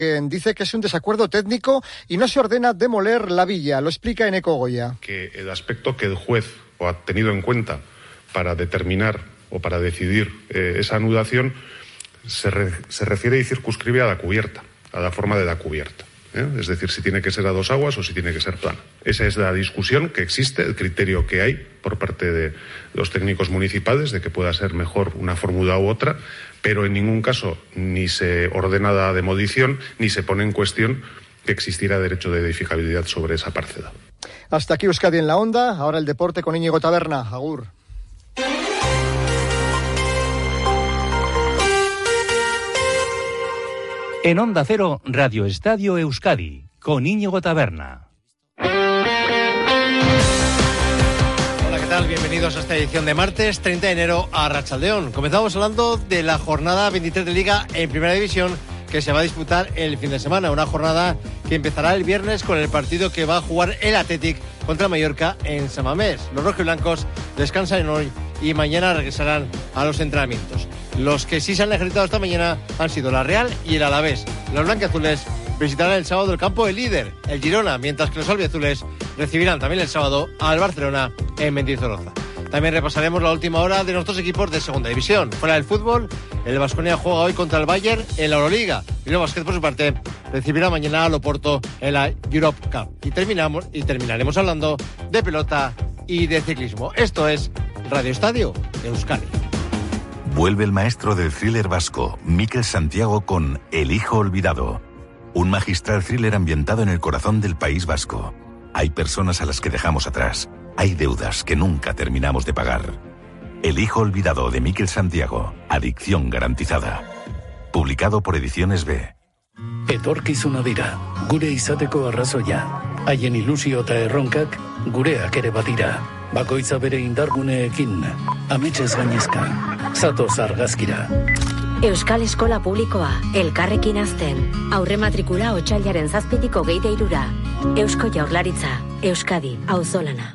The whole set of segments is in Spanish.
Dice que es un desacuerdo técnico y no se ordena demoler la villa. Lo explica Eneco Goya. Que el aspecto que el juez ha tenido en cuenta para determinar o para decidir esa anudación se refiere y circunscribe a la cubierta, a la forma de la cubierta. Es decir, si tiene que ser a dos aguas o si tiene que ser plana. Esa es la discusión que existe, el criterio que hay por parte de los técnicos municipales de que pueda ser mejor una fórmula u otra, pero en ningún caso ni se ordena la demolición ni se pone en cuestión que existiera derecho de edificabilidad sobre esa parcela. Hasta aquí Euskadi en la Onda, ahora el deporte con Íñigo Taberna. Agur. En Onda Cero, Radio Estadio Euskadi, con Íñigo Taberna. Hola, ¿qué tal? Bienvenidos a esta edición de martes 30 de enero a Arratsaldeon. Comenzamos hablando de la jornada 23 de Liga en Primera División que se va a disputar el fin de semana. Una jornada que empezará el viernes con el partido que va a jugar el Athletic contra Mallorca en San Mamés. Los rojiblancos descansan hoy y mañana regresarán a los entrenamientos. Los que sí se han ejercitado esta mañana han sido la Real y el Alavés. Los blanquiazules visitarán el sábado el campo del líder, el Girona, mientras que los albiazules recibirán también el sábado al Barcelona en Mendizorroza. También repasaremos la última hora de nuestros equipos de segunda división. Fuera del fútbol, el Baskonia juega hoy contra el Bayern en la Euroliga. Y el Basket, por su parte, recibirá mañana al Oporto en la Europe Cup. Y terminaremos hablando de pelota y de ciclismo. Esto es Radio Estadio Euskadi. Vuelve el maestro del thriller vasco, Mikel Santiago, con El hijo olvidado. Un magistral thriller ambientado en el corazón del País Vasco. Hay personas a las que dejamos atrás. Hay deudas que nunca terminamos de pagar. El hijo olvidado de Mikel Santiago. Adicción garantizada. Publicado por Ediciones B. Etorkizuna dira, gure izateko arrazoia. Haien ilusio eta erronkak gureak ere badira. Bakoitza bere indarguneekin, ametsez gainezka. Zatoz argazkira. Euskal Eskola Publikoa, elkarrekin hazten. Aurre matrikula otsailaren 7tik 23. Eusko Jaurlaritza, Euskadi, auzolana.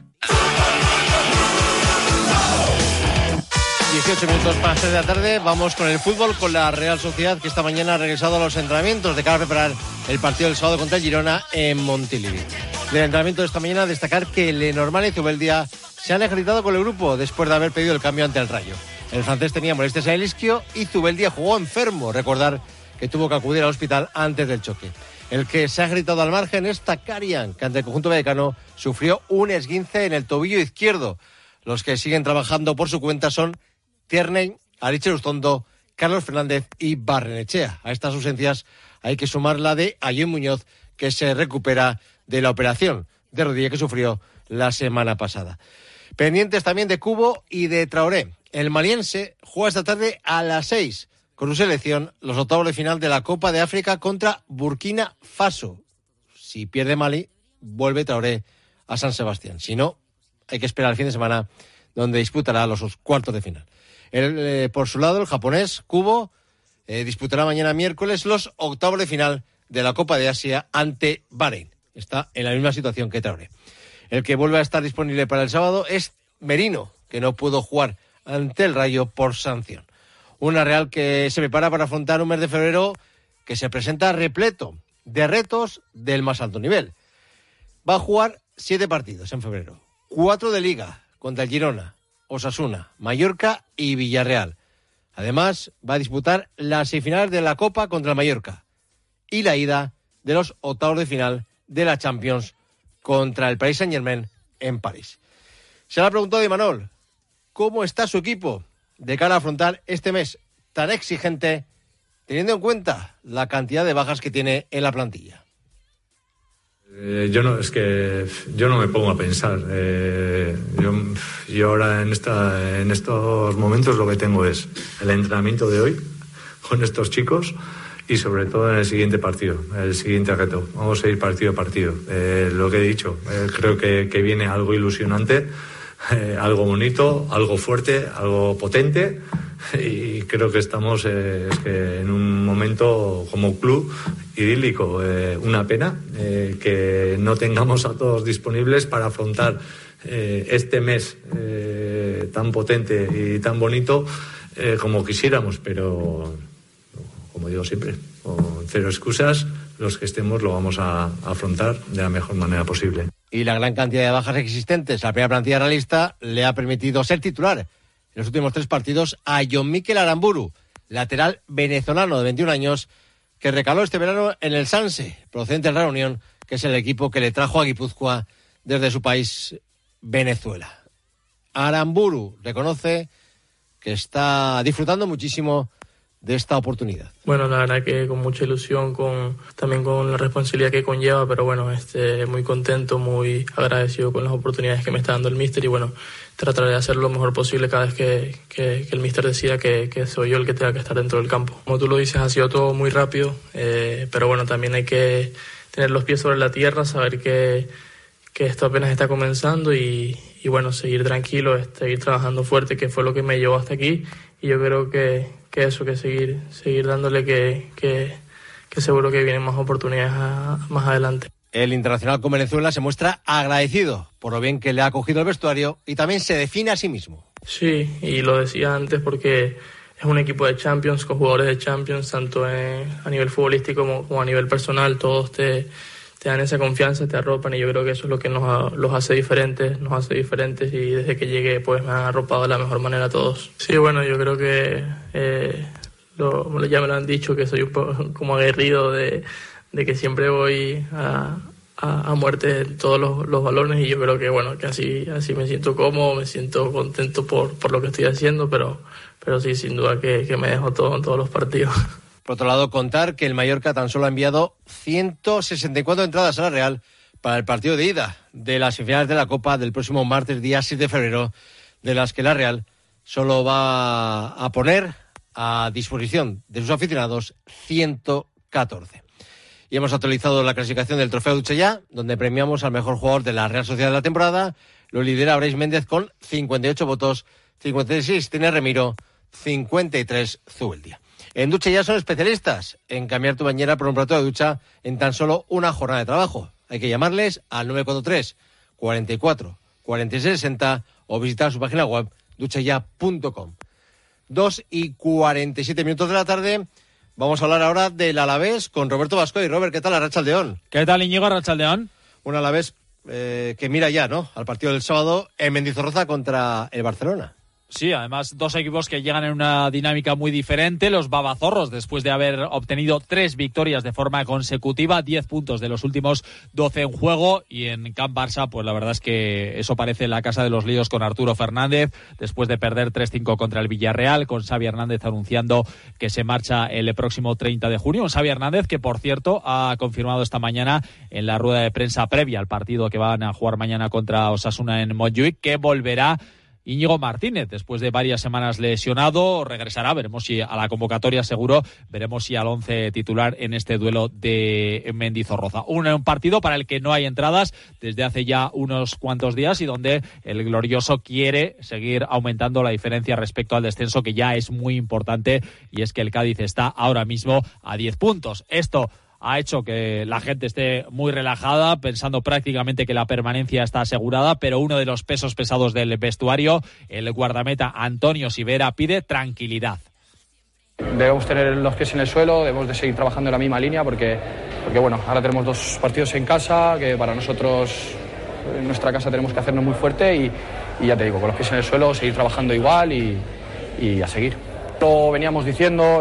18 minutos para las 3 de la tarde, vamos con el fútbol, con la Real Sociedad, que esta mañana ha regresado a los entrenamientos de cara a preparar el partido del sábado contra el Girona en Montilivi. Del entrenamiento de esta mañana, destacar que Lenormand y Zubeldia se han ejercitado con el grupo después de haber pedido el cambio ante el Rayo. El francés tenía molestias en el isquio y Zubeldia jugó enfermo. Recordar que tuvo que acudir al hospital antes del choque. El que se ha ejercitado al margen es Zakarian, que ante el conjunto vallecano sufrió un esguince en el tobillo izquierdo. Los que siguen trabajando por su cuenta son Tierney, Aritz Ustondo, Carlos Fernández y Barrenechea. A estas ausencias hay que sumar la de Ayón Muñoz, que se recupera de la operación de rodilla que sufrió la semana pasada. Pendientes también de Cubo y de Traoré. El maliense juega esta tarde a las 6 con su selección los octavos de final de la Copa de África contra Burkina Faso. Si pierde Mali, vuelve Traoré a San Sebastián. Si no, hay que esperar el fin de semana, donde disputará los cuartos de final. Por su lado, el japonés Kubo disputará mañana miércoles los octavos de final de la Copa de Asia ante Bahrein. Está en la misma situación que Traoré. El que vuelve a estar disponible para el sábado es Merino, que no pudo jugar ante el Rayo por sanción. Una Real que se prepara para afrontar un mes de febrero que se presenta repleto de retos del más alto nivel. Va a jugar 7 partidos en febrero. 4 de Liga contra el Girona, Osasuna, Mallorca y Villarreal. Además, va a disputar las semifinales de la Copa contra el Mallorca y la ida de los octavos de final de la Champions contra el Paris Saint-Germain en París. Se le ha preguntado a Imanol cómo está su equipo de cara a afrontar este mes tan exigente, teniendo en cuenta la cantidad de bajas que tiene en la plantilla. Yo no me pongo a pensar. Yo ahora en estos momentos lo que tengo es el entrenamiento de hoy con estos chicos y sobre todo en el siguiente partido, el siguiente reto. Vamos a ir partido a partido. Lo que he dicho, creo que viene algo ilusionante, algo bonito, algo fuerte, algo potente, y creo que estamos en un momento como club idílico. Una pena que no tengamos a todos disponibles para afrontar este mes tan potente y tan bonito como quisiéramos, pero como digo siempre, cero excusas. Los que estemos lo vamos a afrontar de la mejor manera posible. Y la gran cantidad de bajas existentes a la primera plantilla realista le ha permitido ser titular en los últimos 3 partidos a Jon Mikel Aramburu, lateral venezolano de 21 años, que recaló este verano en el Sanse, procedente de la Reunión, que es el equipo que le trajo a Guipúzcoa desde su país, Venezuela. Aramburu reconoce que está disfrutando muchísimo de esta oportunidad. Bueno, la verdad que con mucha ilusión, también con la responsabilidad que conlleva, pero bueno, muy contento, muy agradecido con las oportunidades que me está dando el míster y bueno, trataré de hacer lo mejor posible cada vez que el míster decida que soy yo el que tenga que estar dentro del campo. Como tú lo dices, ha sido todo muy rápido, pero bueno, también hay que tener los pies sobre la tierra, saber que esto apenas está comenzando y bueno, seguir tranquilo, seguir trabajando fuerte, que fue lo que me llevó hasta aquí, y yo creo que seguir dándole que seguro que vienen más oportunidades más adelante. El internacional con Venezuela se muestra agradecido por lo bien que le ha acogido el vestuario y también se define a sí mismo. Sí, y lo decía antes porque es un equipo de Champions, con jugadores de Champions, tanto a nivel futbolístico como a nivel personal, todos te dan esa confianza, te arropan y yo creo que eso es lo que los hace diferentes, y desde que llegué pues me han arropado de la mejor manera a todos. Sí, bueno, yo creo que ya me lo han dicho, que soy un poco como aguerrido de que siempre voy a muerte en todos los balones y yo creo que bueno, que así me siento cómodo, me siento contento por lo que estoy haciendo, pero sí, sin duda que me dejo todo en todos los partidos. Por otro lado, contar que el Mallorca tan solo ha enviado 164 entradas a la Real para el partido de ida de las semifinales de la Copa del próximo martes, día 6 de febrero, de las que la Real solo va a poner a disposición de sus aficionados 114. Y hemos actualizado la clasificación del Trofeo Duchellá, donde premiamos al mejor jugador de la Real Sociedad de la temporada. Lo lidera Brais Méndez con 58 votos, 56 tiene Remiro, 53 Zubeldia. En Duchellá son especialistas en cambiar tu bañera por un plato de ducha en tan solo una jornada de trabajo. Hay que llamarles al 943 44 46 60 o visitar su página web duchellá.com. 2:47 de la tarde. Vamos a hablar ahora del Alavés con Roberto Bascoy. Robert, ¿qué tal? Arratsaldeón. ¿Qué tal, Íñigo? Arratsaldeón. Un Alavés que mira ya, ¿no?, al partido del sábado en Mendizorroza contra el Barcelona. Sí, además 2 equipos que llegan en una dinámica muy diferente. Los babazorros, después de haber obtenido 3 victorias de forma consecutiva, 10 puntos de los últimos 12 en juego. Y en Camp Barça, pues la verdad es que eso parece la casa de los líos con Arturo Fernández, después de perder 3-5 contra el Villarreal, con Xavi Hernández anunciando que se marcha el próximo 30 de junio. Un Xavi Hernández que, por cierto, ha confirmado esta mañana en la rueda de prensa previa al partido que van a jugar mañana contra Osasuna en Montjuïc, que volverá Íñigo Martínez, después de varias semanas lesionado, regresará, veremos si a la convocatoria seguro, veremos si al 11 titular en este duelo de Mendizorroza. Un partido para el que no hay entradas desde hace ya unos cuantos días y donde el glorioso quiere seguir aumentando la diferencia respecto al descenso, que ya es muy importante, y es que el Cádiz está ahora mismo a 10 puntos. Esto ha hecho que la gente esté muy relajada, pensando prácticamente que la permanencia está asegurada, pero uno de los pesos pesados del vestuario, el guardameta Antonio Sivera, pide tranquilidad. Debemos tener los pies en el suelo, debemos de seguir trabajando en la misma línea porque bueno, ahora tenemos 2 partidos en casa, que para nosotros en nuestra casa tenemos que hacernos muy fuerte y ya te digo, con los pies en el suelo, seguir trabajando igual y a seguir. Lo veníamos diciendo,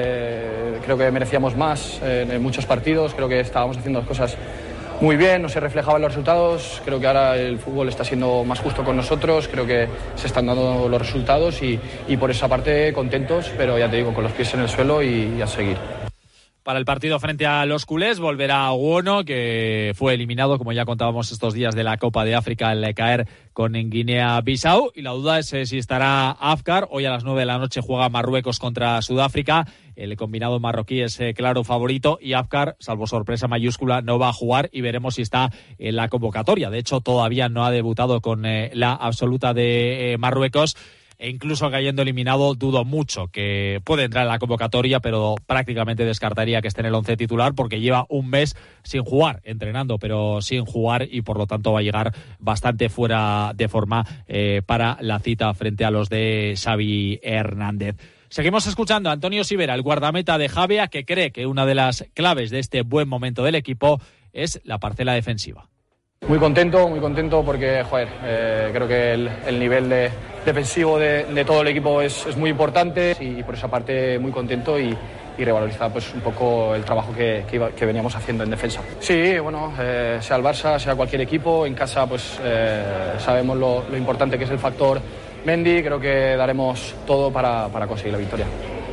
creo que merecíamos más en muchos partidos, creo que estábamos haciendo las cosas muy bien, no se reflejaban los resultados, creo que ahora el fútbol está siendo más justo con nosotros, creo que se están dando los resultados y por esa parte contentos, pero ya te digo, con los pies en el suelo y a seguir. Para el partido frente a los culés volverá Guono, que fue eliminado, como ya contábamos estos días, de la Copa de África al caer con Guinea-Bissau. Y la duda es si estará Afkar. Hoy a las 9 de la noche juega Marruecos contra Sudáfrica. El combinado marroquí es claro favorito y Afkar, salvo sorpresa mayúscula, no va a jugar y veremos si está en la convocatoria. De hecho, todavía no ha debutado con la absoluta de Marruecos. E incluso cayendo eliminado, dudo mucho que puede entrar en la convocatoria, pero prácticamente descartaría que esté en el 11 titular porque lleva un mes sin jugar, entrenando, pero sin jugar, y por lo tanto va a llegar bastante fuera de forma para la cita frente a los de Xavi Hernández. Seguimos escuchando a Antonio Sivera, el guardameta de Javea, que cree que una de las claves de este buen momento del equipo es la parcela defensiva. Muy contento porque, creo que el nivel defensivo de todo el equipo es muy importante y por esa parte muy contento y revalorizar pues un poco el trabajo que veníamos haciendo en defensa. Sí, bueno, sea el Barça, sea cualquier equipo, en casa pues sabemos lo importante que es el factor Mendy, creo que daremos todo para conseguir la victoria.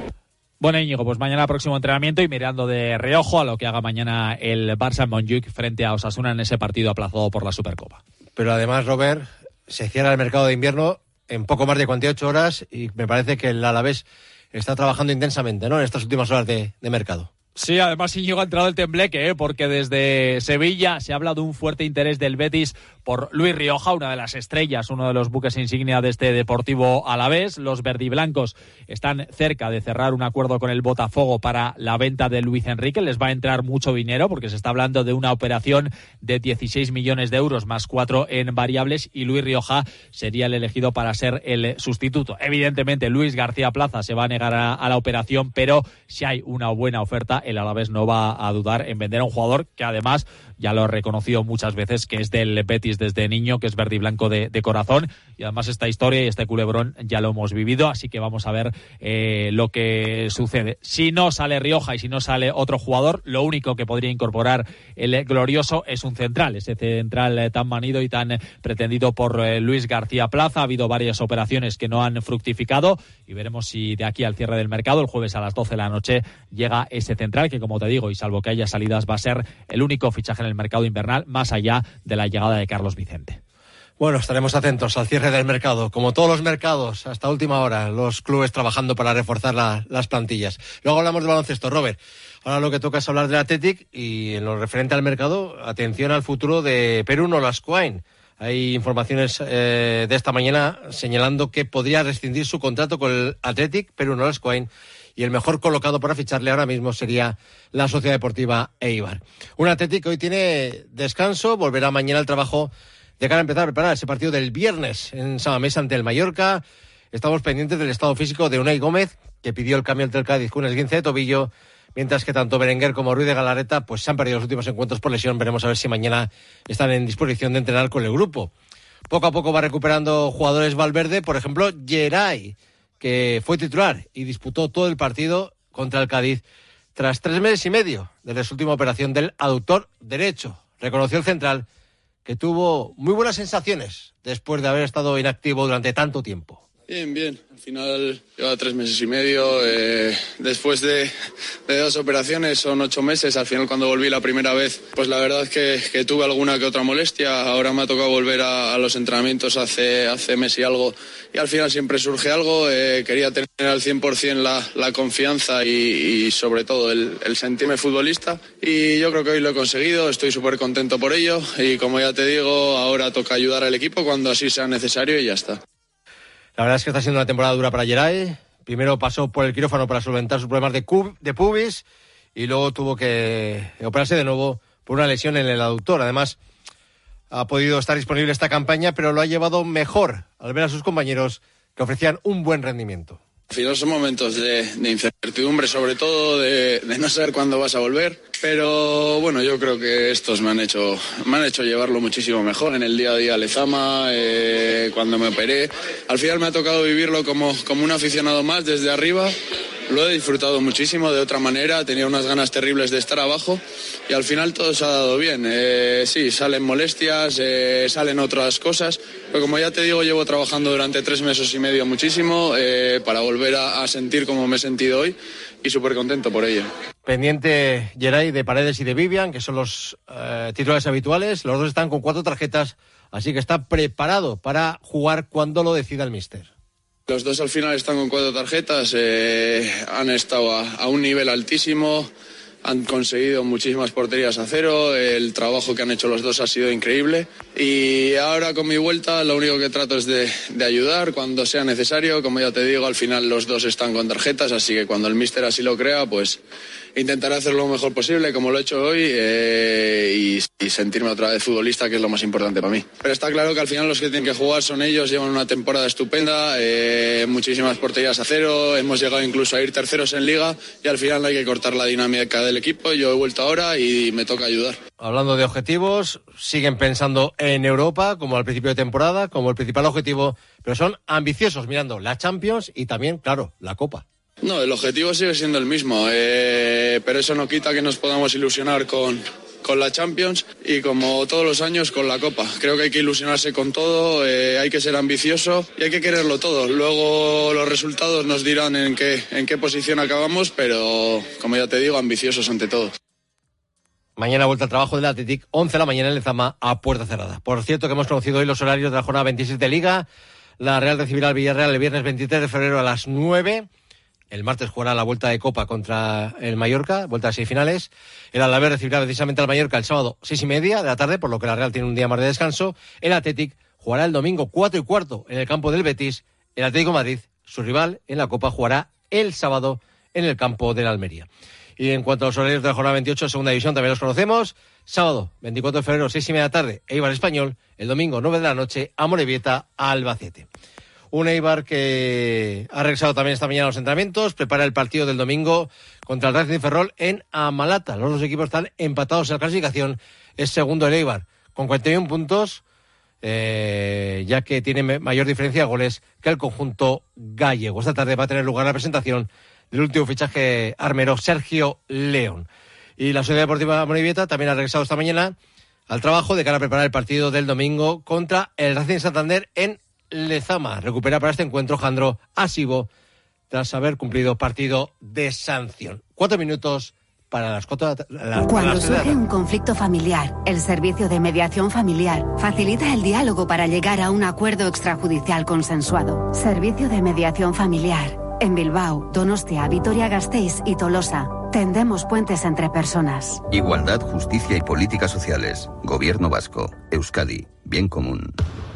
Bueno, Íñigo, pues mañana próximo entrenamiento y mirando de reojo a lo que haga mañana el Barça en Montjuic frente a Osasuna en ese partido aplazado por la Supercopa. Pero además, Robert, se cierra el mercado de invierno en poco más de 48 horas y me parece que el Alavés está trabajando intensamente, ¿no?, en estas últimas horas de mercado. Sí, además Íñigo ha entrado el tembleque, porque desde Sevilla se habla de un fuerte interés del Betis por Luis Rioja, una de las estrellas, uno de los buques insignia de este Deportivo Alavés. Los verdiblancos están cerca de cerrar un acuerdo con el Botafogo para la venta de Luis Enrique. Les va a entrar mucho dinero porque se está hablando de una operación de 16 millones de euros más 4 en variables y Luis Rioja sería el elegido para ser el sustituto. Evidentemente Luis García Plaza se va a negar a la operación, pero si hay una buena oferta, el Alavés no va a dudar en vender a un jugador que además ya lo he reconocido muchas veces, que es del Betis desde niño, que es verde y blanco de corazón, y además esta historia y este culebrón ya lo hemos vivido, así que vamos a ver lo que sucede. Si no sale Rioja y si no sale otro jugador, lo único que podría incorporar el glorioso es un central, ese central tan manido y tan pretendido por Luis García Plaza. Ha habido varias operaciones que no han fructificado y veremos si de aquí al cierre del mercado, el jueves a las 12 de la noche, llega ese central que, como te digo, y salvo que haya salidas, va a ser el único fichaje en el mercado invernal, más allá de la llegada de Carlos Vicente. Bueno, estaremos atentos al cierre del mercado. Como todos los mercados, hasta última hora, los clubes trabajando para reforzar las plantillas. Luego hablamos de baloncesto, Robert. Ahora lo que toca es hablar del Athletic y en lo referente al mercado, atención al futuro de Perú Nolascoain. Hay informaciones de esta mañana señalando que podría rescindir su contrato con el Athletic Perú Nolascoain y el mejor colocado para ficharle ahora mismo sería la Sociedad Deportiva Eibar. Un Athletic que hoy tiene descanso, volverá mañana al trabajo de cara a empezar a preparar ese partido del viernes en San Mamés ante el Mallorca. Estamos pendientes del estado físico de Unai Gómez, que pidió el cambio ante el Cádiz con el esguince de tobillo, mientras que tanto Berenguer como Ruiz de Galarreta pues se han perdido los últimos encuentros por lesión. Veremos a ver si mañana están en disposición de entrenar con el grupo. Poco a poco va recuperando jugadores Valverde, por ejemplo, Geray, que fue titular y disputó todo el partido contra el Cádiz tras 3 meses y medio desde su última operación del aductor derecho. Reconoció el central que tuvo muy buenas sensaciones después de haber estado inactivo durante tanto tiempo. Bien. Al final lleva 3 meses y medio. Después de 2 operaciones son 8 meses. Al final cuando volví la primera vez, pues la verdad es que tuve alguna que otra molestia. Ahora me ha tocado volver a los entrenamientos hace mes y algo. Y al final siempre surge algo. Quería tener al 100% la confianza y sobre todo el sentirme futbolista. Y yo creo que hoy lo he conseguido. Estoy súper contento por ello. Y como ya te digo, ahora toca ayudar al equipo cuando así sea necesario y ya está. La verdad es que está siendo una temporada dura para Geray. Primero pasó por el quirófano para solventar sus problemas de pubis y luego tuvo que operarse de nuevo por una lesión en el aductor. Además, ha podido estar disponible esta campaña, pero lo ha llevado mejor al ver a sus compañeros que ofrecían un buen rendimiento. Al final son momentos de incertidumbre, sobre todo de no saber cuándo vas a volver, pero bueno, yo creo que estos me han hecho llevarlo muchísimo mejor. En el día a día Lezama, cuando me operé, al final me ha tocado vivirlo como un aficionado más desde arriba. Lo he disfrutado muchísimo de otra manera, tenía unas ganas terribles de estar abajo y al final todo se ha dado bien. Sí, salen molestias, salen otras cosas, pero como ya te digo, llevo trabajando durante 3 meses y medio muchísimo para volver a sentir como me he sentido hoy y súper contento por ello. Pendiente Geray de Paredes y de Vivian, que son los titulares habituales. Los dos están con 4 tarjetas, así que está preparado para jugar cuando lo decida el míster. Los dos al final están con 4 tarjetas, han estado a un nivel altísimo, han conseguido muchísimas porterías a 0, el trabajo que han hecho los dos ha sido increíble Y ahora con mi vuelta lo único que trato es de ayudar cuando sea necesario. Como ya te digo, al final los dos están con tarjetas, así que cuando el míster así lo crea, pues intentaré hacerlo lo mejor posible, como lo he hecho hoy, y sentirme otra vez futbolista, que es lo más importante para mí. Pero está claro que al final los que tienen que jugar son ellos, llevan una temporada estupenda, muchísimas porterías a cero, hemos llegado incluso a ir terceros en Liga, y al final hay que cortar la dinámica del equipo. Yo he vuelto ahora y me toca ayudar. Hablando de objetivos, siguen pensando en Europa, como al principio de temporada, como el principal objetivo, pero son ambiciosos mirando la Champions y también, claro, la Copa. No, el objetivo sigue siendo el mismo, pero eso no quita que nos podamos ilusionar con la Champions y, como todos los años, con la Copa. Creo que hay que ilusionarse con todo, hay que ser ambicioso y hay que quererlo todo. Luego los resultados nos dirán en qué posición acabamos, pero, como ya te digo, ambiciosos ante todo. Mañana vuelta al trabajo del Athletic, 11 de la mañana en Lezama, a puerta cerrada. Por cierto, que hemos conocido hoy los horarios de la jornada 26 de Liga. La Real recibirá al Villarreal el viernes 23 de febrero a las 9. El martes jugará la vuelta de Copa contra el Mallorca, vuelta de semifinales. El Alavés recibirá precisamente al Mallorca el sábado 6:30 de la tarde, por lo que la Real tiene un día más de descanso. El Athletic jugará el domingo 4:15 en el campo del Betis. El Atlético de Madrid, su rival en la Copa, jugará el sábado en el campo del Almería. Y en cuanto a los horarios de la jornada 28 de Segunda División, también los conocemos. Sábado 24 de febrero, 6:30 de la tarde, Eibar Español. El domingo 9 de la noche, Amorebieta, Albacete. Un Eibar que ha regresado también esta mañana a los entrenamientos, prepara el partido del domingo contra el Racing de Ferrol en Amalata. Los dos equipos están empatados en la clasificación. Es segundo el Eibar con 41 puntos, ya que tiene mayor diferencia de goles que el conjunto gallego. Esta tarde va a tener lugar la presentación del último fichaje armero, Sergio León. Y la Sociedad Deportiva Amorebieta también ha regresado esta mañana al trabajo de cara a preparar el partido del domingo contra el Racing de Santander en Lezama. Recupera para este encuentro Jandro Asibo tras haber cumplido partido de sanción. 4 minutos para las 4 de la tarde. Cuando surge un conflicto familiar, el Servicio de Mediación Familiar facilita el diálogo para llegar a un acuerdo extrajudicial consensuado. Servicio de Mediación Familiar. En Bilbao, Donostia, Vitoria-Gasteiz y Tolosa. Tendemos puentes entre personas. Igualdad, justicia y políticas sociales. Gobierno vasco. Euskadi. Bien común.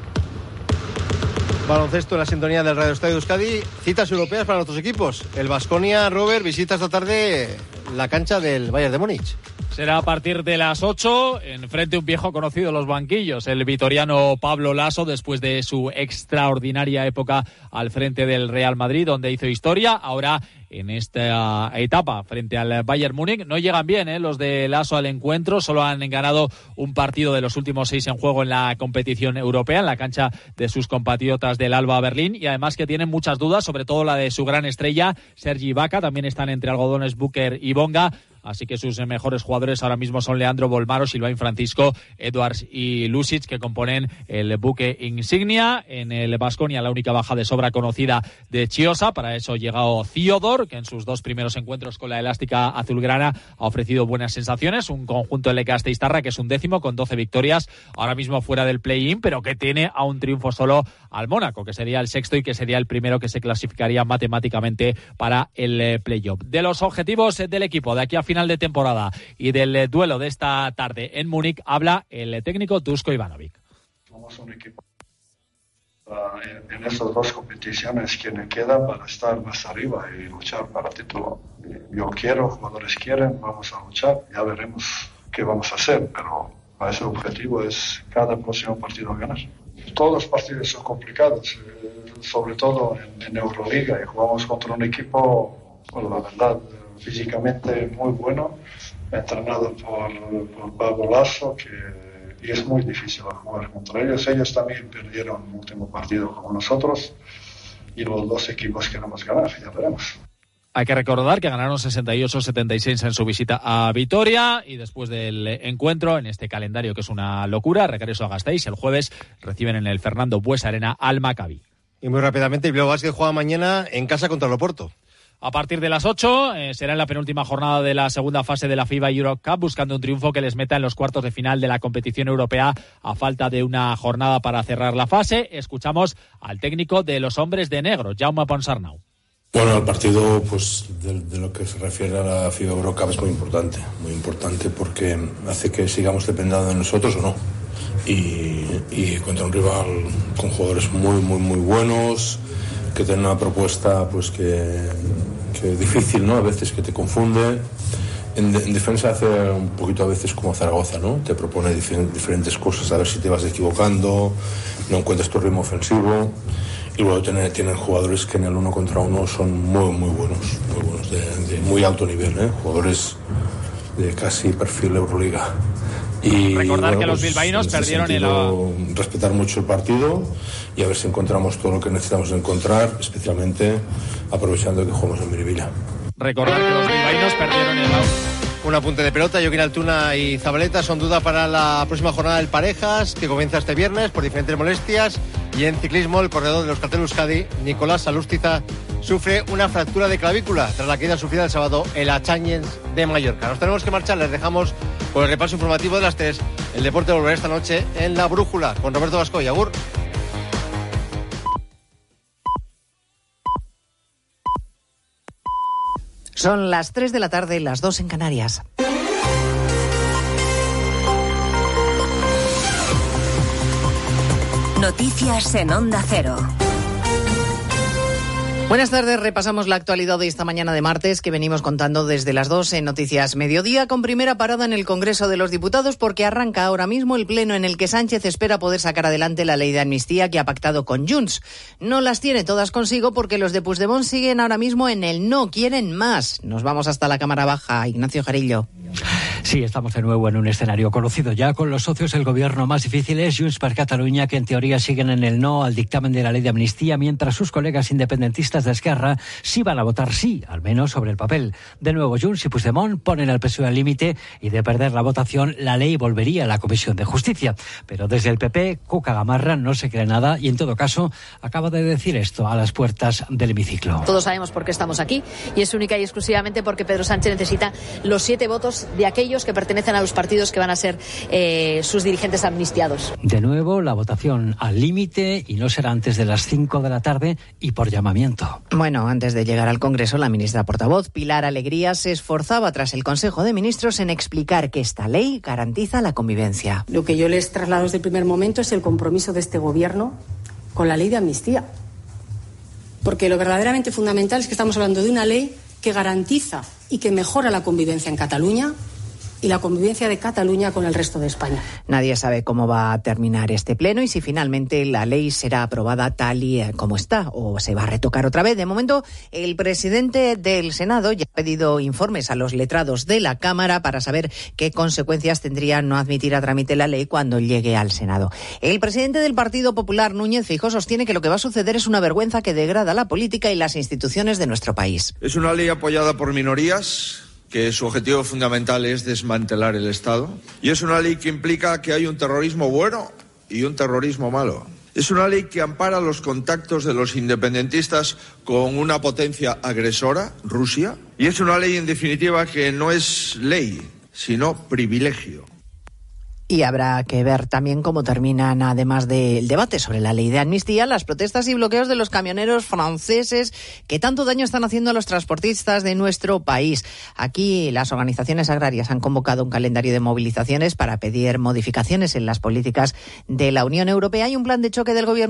Baloncesto en la sintonía del Radio Estadio Euskadi. Citas europeas para nuestros equipos. El Baskonia, Robert, visita esta tarde la cancha del Bayern de Múnich. Será a partir de las 8, enfrente un viejo conocido en los banquillos, el vitoriano Pablo Laso, después de su extraordinaria época al frente del Real Madrid, donde hizo historia. Ahora, en esta etapa frente al Bayern Múnich, no llegan bien los de Laso al encuentro, solo han ganado un partido de los últimos 6 en juego en la competición europea, en la cancha de sus compatriotas del Alba Berlín, y además que tienen muchas dudas, sobre todo la de su gran estrella, Sergi Ibaka. También están entre algodones Booker y Bonga. Así que sus mejores jugadores ahora mismo son Leandro Bolmaro, Silvain Francisco, Edwards y Lusic, que componen el buque insignia. En el Baskonia, la única baja de sobra conocida de Chiosa. Para eso ha llegado Theodor, que en sus 2 primeros encuentros con la elástica azulgrana ha ofrecido buenas sensaciones. Un conjunto de Gasteiztarra que es 11º con 12 victorias, ahora mismo fuera del play-in, pero que tiene a un triunfo solo al Mónaco, que sería el 6º y que sería el primero que se clasificaría matemáticamente para el play-off. De los objetivos del equipo de aquí a final de temporada y del duelo de esta tarde en Múnich, habla el técnico Dusko Ivanovic. Somos un equipo en estas 2 competiciones que me quedan para estar más arriba y luchar para el título. Yo quiero, jugadores quieren, vamos a luchar, ya veremos qué vamos a hacer, pero ese objetivo es cada próximo partido ganar. Todos los partidos son complicados, sobre todo en Euroliga, y jugamos contra un equipo, bueno, la verdad, físicamente muy bueno, entrenado por Pablo Laso, y es muy difícil jugar contra ellos. Ellos también perdieron el último partido como nosotros, y los 2 equipos queremos ganar, ya veremos. Hay que recordar que ganaron 68-76 en su visita a Vitoria, y después del encuentro, en este calendario que es una locura, regreso a Gasteiz. El jueves reciben en el Fernando Buesa Arena al Maccabi. Y muy rápidamente, Bilbao Basket juega mañana en casa contra el Oporto. A partir de las 8 será en la penúltima jornada de la segunda fase de la FIBA Europe Cup, buscando un triunfo que les meta en los cuartos de final de la competición europea a falta de una jornada para cerrar la fase. Escuchamos al técnico de los hombres de negro, Jaume Ponsarnau. Bueno, el partido, pues de lo que se refiere a la FIBA Europe Cup, es muy importante porque hace que sigamos dependiendo de nosotros o no. y contra un rival con jugadores muy buenos, que tienen una propuesta pues que es difícil, ¿no? A veces que te confunde. En defensa hace un poquito a veces como Zaragoza, ¿no? Te propone diferentes cosas, a ver si te vas equivocando, no encuentras tu ritmo ofensivo. Y luego tienen jugadores que en el 1 contra 1 son muy buenos, de muy alto nivel, jugadores de casi perfil Euroliga. Y recordar que los bilbaínos perdieron respetar mucho el partido y a ver si encontramos todo lo que necesitamos encontrar, especialmente aprovechando que jugamos en Miribilla. Recordar que los bilbaínos perdieron el round. Un apunte de pelota, Joaquín Altuna y Zabaleta son duda para la próxima jornada del Parejas, que comienza este viernes por diferentes molestias. Y en ciclismo, el corredor de los Euskaltel Euskadi, Nicolás Salústiza, sufre una fractura de clavícula tras la caída sufrida el sábado en la Challenge de Mallorca. Nos tenemos que marchar, les dejamos con el repaso informativo de las 3. El deporte volverá esta noche en La Brújula con Roberto Vasco y Agur. Son las 3 de la tarde, las 2 en Canarias. Noticias en Onda Cero. Buenas tardes, repasamos la actualidad de esta mañana de martes que venimos contando desde las 2 en Noticias Mediodía, con primera parada en el Congreso de los Diputados porque arranca ahora mismo el pleno en el que Sánchez espera poder sacar adelante la ley de amnistía que ha pactado con Junts. No las tiene todas consigo porque los de Puigdemont siguen ahora mismo en el no, quieren más. Nos vamos hasta la Cámara Baja. Ignacio Jarillo. Sí, estamos de nuevo en un escenario conocido ya. Con los socios del gobierno más difíciles, Junts per Catalunya, que en teoría siguen en el no al dictamen de la ley de amnistía, mientras sus colegas independentistas de Esquerra sí van a votar sí, al menos sobre el papel. De nuevo, Junts y Puigdemont ponen al PSOE al límite y de perder la votación, la ley volvería a la Comisión de Justicia. Pero desde el PP, Cuca Gamarra no se cree nada y en todo caso acaba de decir esto a las puertas del hemiciclo. Todos sabemos por qué estamos aquí y es única y exclusivamente porque Pedro Sánchez necesita los 7 votos de aquellos que pertenecen a los partidos que van a ser sus dirigentes amnistiados. De nuevo, la votación al límite y no será antes de las 5 de la tarde y por llamamiento. Bueno, antes de llegar al Congreso, la ministra portavoz, Pilar Alegría, se esforzaba tras el Consejo de Ministros en explicar que esta ley garantiza la convivencia. Lo que yo les traslado desde el primer momento es el compromiso de este Gobierno con la ley de amnistía. Porque lo verdaderamente fundamental es que estamos hablando de una ley que garantiza y que mejora la convivencia en Cataluña y la convivencia de Cataluña con el resto de España. Nadie sabe cómo va a terminar este pleno y si finalmente la ley será aprobada tal y como está o se va a retocar otra vez. De momento, el presidente del Senado ya ha pedido informes a los letrados de la Cámara para saber qué consecuencias tendría no admitir a trámite la ley cuando llegue al Senado. El presidente del Partido Popular, Núñez Feijóo, sostiene que lo que va a suceder es una vergüenza que degrada la política y las instituciones de nuestro país. Es una ley apoyada por minorías, que su objetivo fundamental es desmantelar el Estado. Y es una ley que implica que hay un terrorismo bueno y un terrorismo malo. Es una ley que ampara los contactos de los independentistas con una potencia agresora, Rusia. Y es una ley, en definitiva, que no es ley, sino privilegio. Y habrá que ver también cómo terminan, además del debate sobre la ley de amnistía, las protestas y bloqueos de los camioneros franceses que tanto daño están haciendo a los transportistas de nuestro país. Aquí las organizaciones agrarias han convocado un calendario de movilizaciones para pedir modificaciones en las políticas de la Unión Europea y un plan de choque del gobierno